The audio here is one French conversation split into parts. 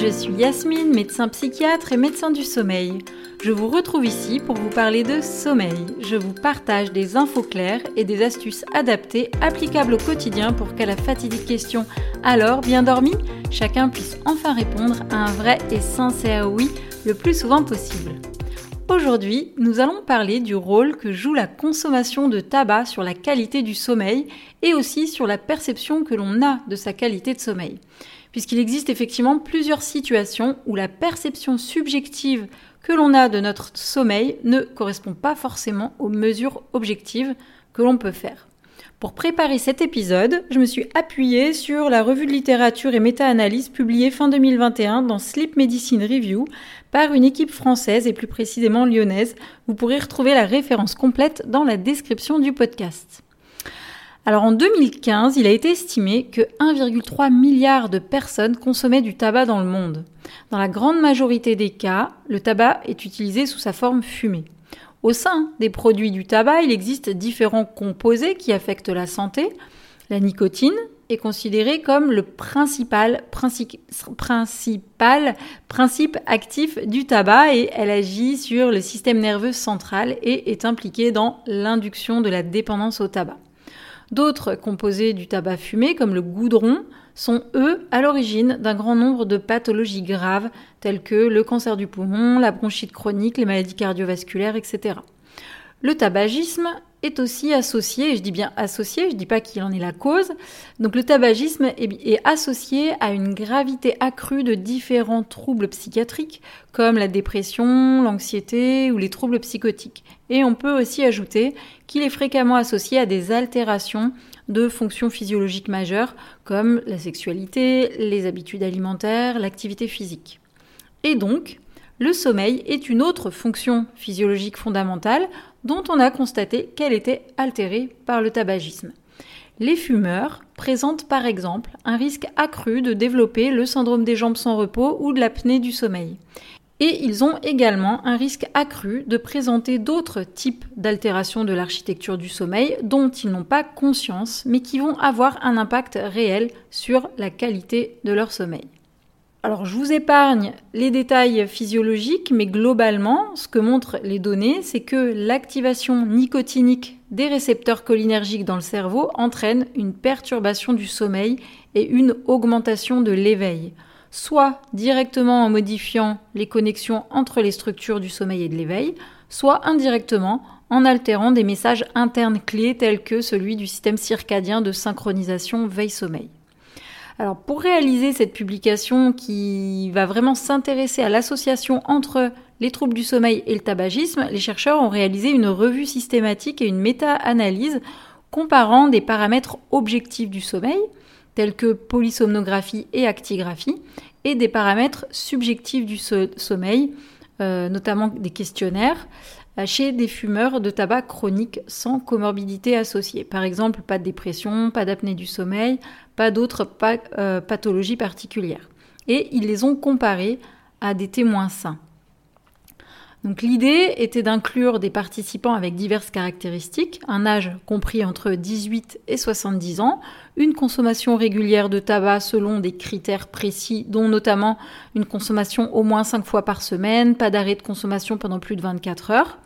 je suis Yasmine, médecin psychiatre et médecin du sommeil. Je vous retrouve ici pour vous parler de sommeil. Je vous partage des infos claires et des astuces adaptées applicables au quotidien pour qu'à la fatidique question « Alors, bien dormi ?», chacun puisse enfin répondre à un vrai et sincère oui le plus souvent possible. Aujourd'hui, nous allons parler du rôle que joue la consommation de tabac sur la qualité du sommeil et aussi sur la perception que l'on a de sa qualité de sommeil. Puisqu'il existe effectivement plusieurs situations où la perception subjective que l'on a de notre sommeil ne correspond pas forcément aux mesures objectives que l'on peut faire. Pour préparer cet épisode, je me suis appuyée sur la revue de littérature et méta-analyse publiée fin 2021 dans Sleep Medicine Review par une équipe française et plus précisément lyonnaise. Vous pourrez retrouver la référence complète dans la description du podcast. Alors en 2015, il a été estimé que 1,3 milliard de personnes consommaient du tabac dans le monde. Dans la grande majorité des cas, le tabac est utilisé sous sa forme fumée. Au sein des produits du tabac, il existe différents composés qui affectent la santé. La nicotine est considérée comme le principal principe actif du tabac et elle agit sur le système nerveux central et est impliquée dans l'induction de la dépendance au tabac. D'autres composés du tabac fumé, comme le goudron, sont eux à l'origine d'un grand nombre de pathologies graves telles que le cancer du poumon, la bronchite chronique, les maladies cardiovasculaires, etc. Le tabagisme est aussi associé, et je dis bien associé, je ne dis pas qu'il en est la cause, donc le tabagisme est associé à une gravité accrue de différents troubles psychiatriques comme la dépression, l'anxiété ou les troubles psychotiques. Et on peut aussi ajouter qu'il est fréquemment associé à des altérations de fonctions physiologiques majeures comme la sexualité, les habitudes alimentaires, l'activité physique. Et donc, le sommeil est une autre fonction physiologique fondamentale dont on a constaté qu'elle était altérée par le tabagisme. Les fumeurs présentent par exemple un risque accru de développer le syndrome des jambes sans repos ou de l'apnée du sommeil. Et ils ont également un risque accru de présenter d'autres types d'altérations de l'architecture du sommeil dont ils n'ont pas conscience mais qui vont avoir un impact réel sur la qualité de leur sommeil. Alors, je vous épargne les détails physiologiques, mais globalement, ce que montrent les données, c'est que l'activation nicotinique des récepteurs cholinergiques dans le cerveau entraîne une perturbation du sommeil et une augmentation de l'éveil, soit directement en modifiant les connexions entre les structures du sommeil et de l'éveil, soit indirectement en altérant des messages internes clés tels que celui du système circadien de synchronisation veille-sommeil. Alors pour réaliser cette publication qui va vraiment s'intéresser à l'association entre les troubles du sommeil et le tabagisme, les chercheurs ont réalisé une revue systématique et une méta-analyse comparant des paramètres objectifs du sommeil, tels que polysomnographie et actigraphie, et des paramètres subjectifs du sommeil, notamment des questionnaires, chez des fumeurs de tabac chroniques sans comorbidité associée. Par exemple, pas de dépression, pas d'apnée du sommeil, pas d'autres pathologies particulières. Et ils les ont comparés à des témoins sains. Donc l'idée était d'inclure des participants avec diverses caractéristiques, un âge compris entre 18 et 70 ans, une consommation régulière de tabac selon des critères précis, dont notamment une consommation au moins 5 fois par semaine, pas d'arrêt de consommation pendant plus de 24 heures,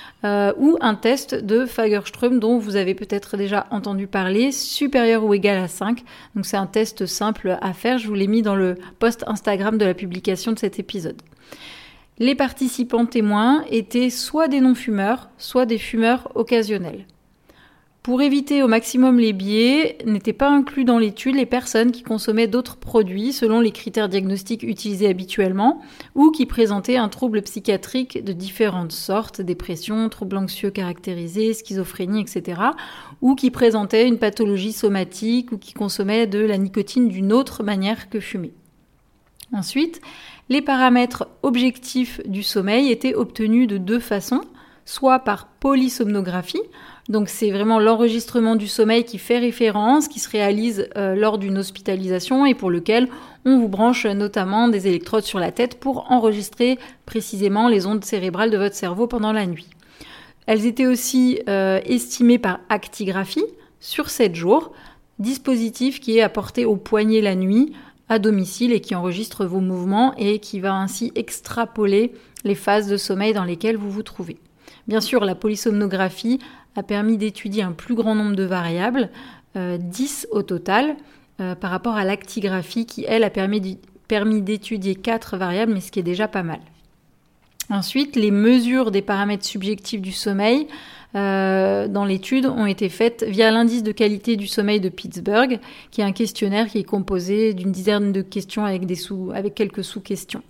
ou un test de Fagerström dont vous avez peut-être déjà entendu parler, supérieur ou égal à 5. Donc c'est un test simple à faire, je vous l'ai mis dans le post Instagram de la publication de cet épisode. Les participants témoins étaient soit des non-fumeurs, soit des fumeurs occasionnels. Pour éviter au maximum les biais, n'étaient pas inclus dans l'étude les personnes qui consommaient d'autres produits selon les critères diagnostiques utilisés habituellement ou qui présentaient un trouble psychiatrique de différentes sortes, dépression, troubles anxieux caractérisés, schizophrénie, etc. ou qui présentaient une pathologie somatique ou qui consommaient de la nicotine d'une autre manière que fumer. Ensuite, les paramètres objectifs du sommeil étaient obtenus de deux façons, soit par polysomnographie, donc c'est vraiment l'enregistrement du sommeil qui fait référence, qui se réalise lors d'une hospitalisation et pour lequel on vous branche notamment des électrodes sur la tête pour enregistrer précisément les ondes cérébrales de votre cerveau pendant la nuit. Elles étaient aussi estimées par actigraphie sur 7 jours, dispositif qui est apporté au poignet la nuit à domicile et qui enregistre vos mouvements et qui va ainsi extrapoler les phases de sommeil dans lesquelles vous vous trouvez. Bien sûr, la polysomnographie a permis d'étudier un plus grand nombre de variables, 10 au total, par rapport à l'actigraphie qui, elle, a permis d'étudier 4 variables, mais ce qui est déjà pas mal. Ensuite, les mesures des paramètres subjectifs du sommeil dans l'étude ont été faites via l'indice de qualité du sommeil de Pittsburgh, qui est un questionnaire qui est composé d'une dizaine de questions avec quelques sous-questions.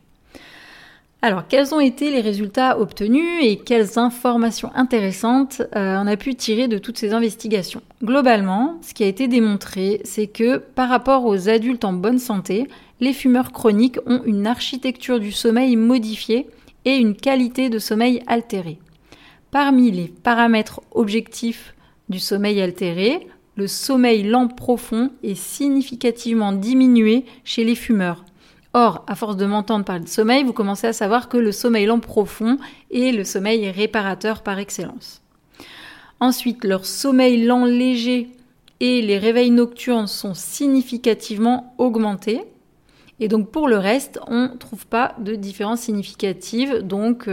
Alors, quels ont été les résultats obtenus et quelles informations intéressantes on a pu tirer de toutes ces investigations ? Globalement, ce qui a été démontré, c'est que par rapport aux adultes en bonne santé, les fumeurs chroniques ont une architecture du sommeil modifiée et une qualité de sommeil altérée. Parmi les paramètres objectifs du sommeil altéré, le sommeil lent profond est significativement diminué chez les fumeurs. Or, à force de m'entendre parler de sommeil, vous commencez à savoir que le sommeil lent profond est le sommeil réparateur par excellence. Ensuite, leur sommeil lent léger et les réveils nocturnes sont significativement augmentés. Et donc pour le reste, on ne trouve pas de différence significative, donc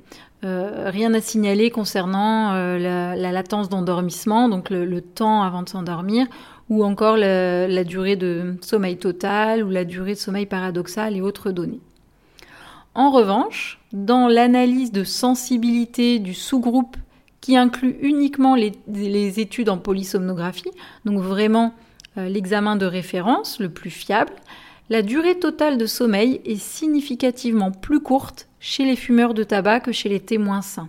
rien à signaler concernant la latence d'endormissement, donc le temps avant de s'endormir, ou encore la durée de sommeil total ou la durée de sommeil paradoxal et autres données. En revanche, dans l'analyse de sensibilité du sous-groupe qui inclut uniquement les études en polysomnographie, donc vraiment l'examen de référence le plus fiable, la durée totale de sommeil est significativement plus courte chez les fumeurs de tabac que chez les témoins sains.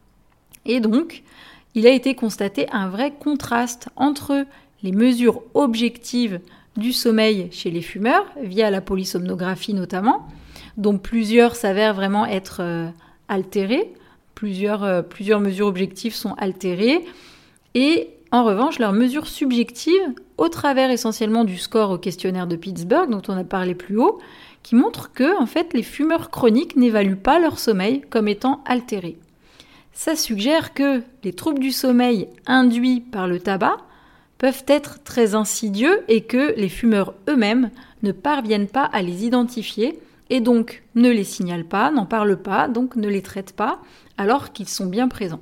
Et donc, il a été constaté un vrai contraste entre les mesures objectives du sommeil chez les fumeurs, via la polysomnographie notamment, dont plusieurs s'avèrent vraiment être altérées, plusieurs mesures objectives sont altérées, et en revanche, leurs mesures subjectives, au travers essentiellement du score au questionnaire de Pittsburgh, dont on a parlé plus haut, qui montrent que en fait, les fumeurs chroniques n'évaluent pas leur sommeil comme étant altéré. Ça suggère que les troubles du sommeil induits par le tabac peuvent être très insidieux et que les fumeurs eux-mêmes ne parviennent pas à les identifier et donc ne les signalent pas, n'en parlent pas, donc ne les traitent pas, alors qu'ils sont bien présents.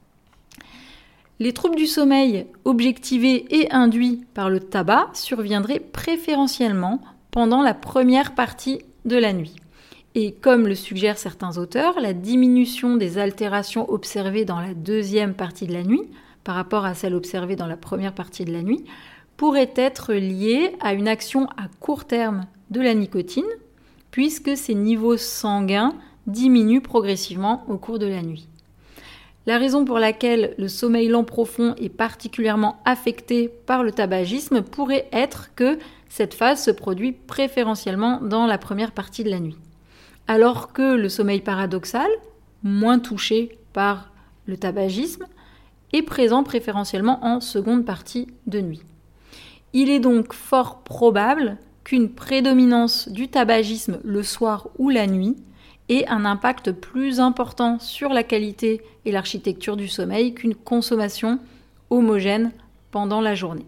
Les troubles du sommeil objectivés et induits par le tabac surviendraient préférentiellement pendant la première partie de la nuit. Et comme le suggèrent certains auteurs, la diminution des altérations observées dans la deuxième partie de la nuit, par rapport à celle observée dans la première partie de la nuit, pourrait être liée à une action à court terme de la nicotine, puisque ces niveaux sanguins diminuent progressivement au cours de la nuit. La raison pour laquelle le sommeil lent profond est particulièrement affecté par le tabagisme pourrait être que cette phase se produit préférentiellement dans la première partie de la nuit, alors que le sommeil paradoxal, moins touché par le tabagisme, est présent préférentiellement en seconde partie de nuit. Il est donc fort probable qu'une prédominance du tabagisme le soir ou la nuit ait un impact plus important sur la qualité et l'architecture du sommeil qu'une consommation homogène pendant la journée.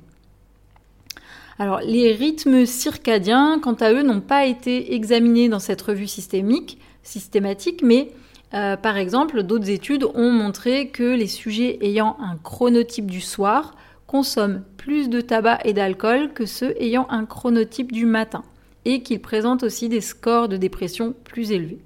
Alors, les rythmes circadiens, quant à eux, n'ont pas été examinés dans cette revue systématique, mais par exemple, d'autres études ont montré que les sujets ayant un chronotype du soir consomment plus de tabac et d'alcool que ceux ayant un chronotype du matin et qu'ils présentent aussi des scores de dépression plus élevés.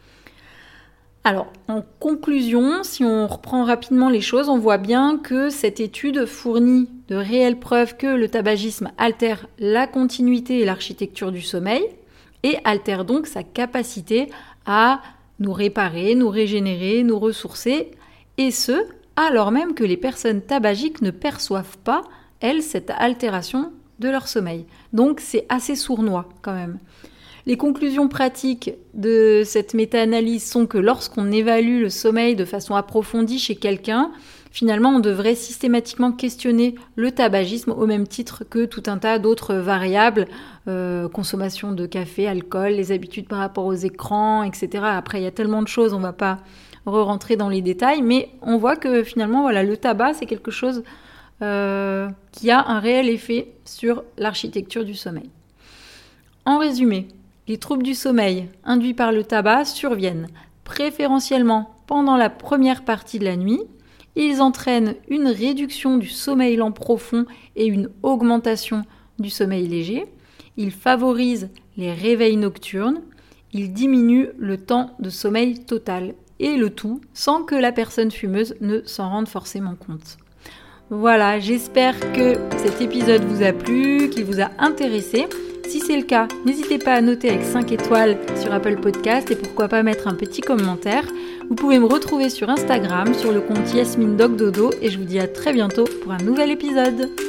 Alors, en conclusion, si on reprend rapidement les choses, on voit bien que cette étude fournit de réelles preuves que le tabagisme altère la continuité et l'architecture du sommeil et altère donc sa capacité à nous réparer, nous régénérer, nous ressourcer, et ce, alors même que les personnes tabagiques ne perçoivent pas, elles, cette altération de leur sommeil. Donc c'est assez sournois quand même. Les conclusions pratiques de cette méta-analyse sont que lorsqu'on évalue le sommeil de façon approfondie chez quelqu'un, finalement on devrait systématiquement questionner le tabagisme au même titre que tout un tas d'autres variables, consommation de café, alcool, les habitudes par rapport aux écrans, etc. Après il y a tellement de choses, on ne va pas re-rentrer dans les détails, mais on voit que finalement voilà, le tabac c'est quelque chose qui a un réel effet sur l'architecture du sommeil. En résumé, les troubles du sommeil induits par le tabac surviennent préférentiellement pendant la première partie de la nuit. Ils entraînent une réduction du sommeil lent profond et une augmentation du sommeil léger. Ils favorisent les réveils nocturnes. Ils diminuent le temps de sommeil total. Et le tout sans que la personne fumeuse ne s'en rende forcément compte. Voilà, j'espère que cet épisode vous a plu, qu'il vous a intéressé. Si c'est le cas, n'hésitez pas à noter avec 5 étoiles sur Apple Podcast et pourquoi pas mettre un petit commentaire. Vous pouvez me retrouver sur Instagram sur le compte Yasmine Doc Dodo et je vous dis à très bientôt pour un nouvel épisode.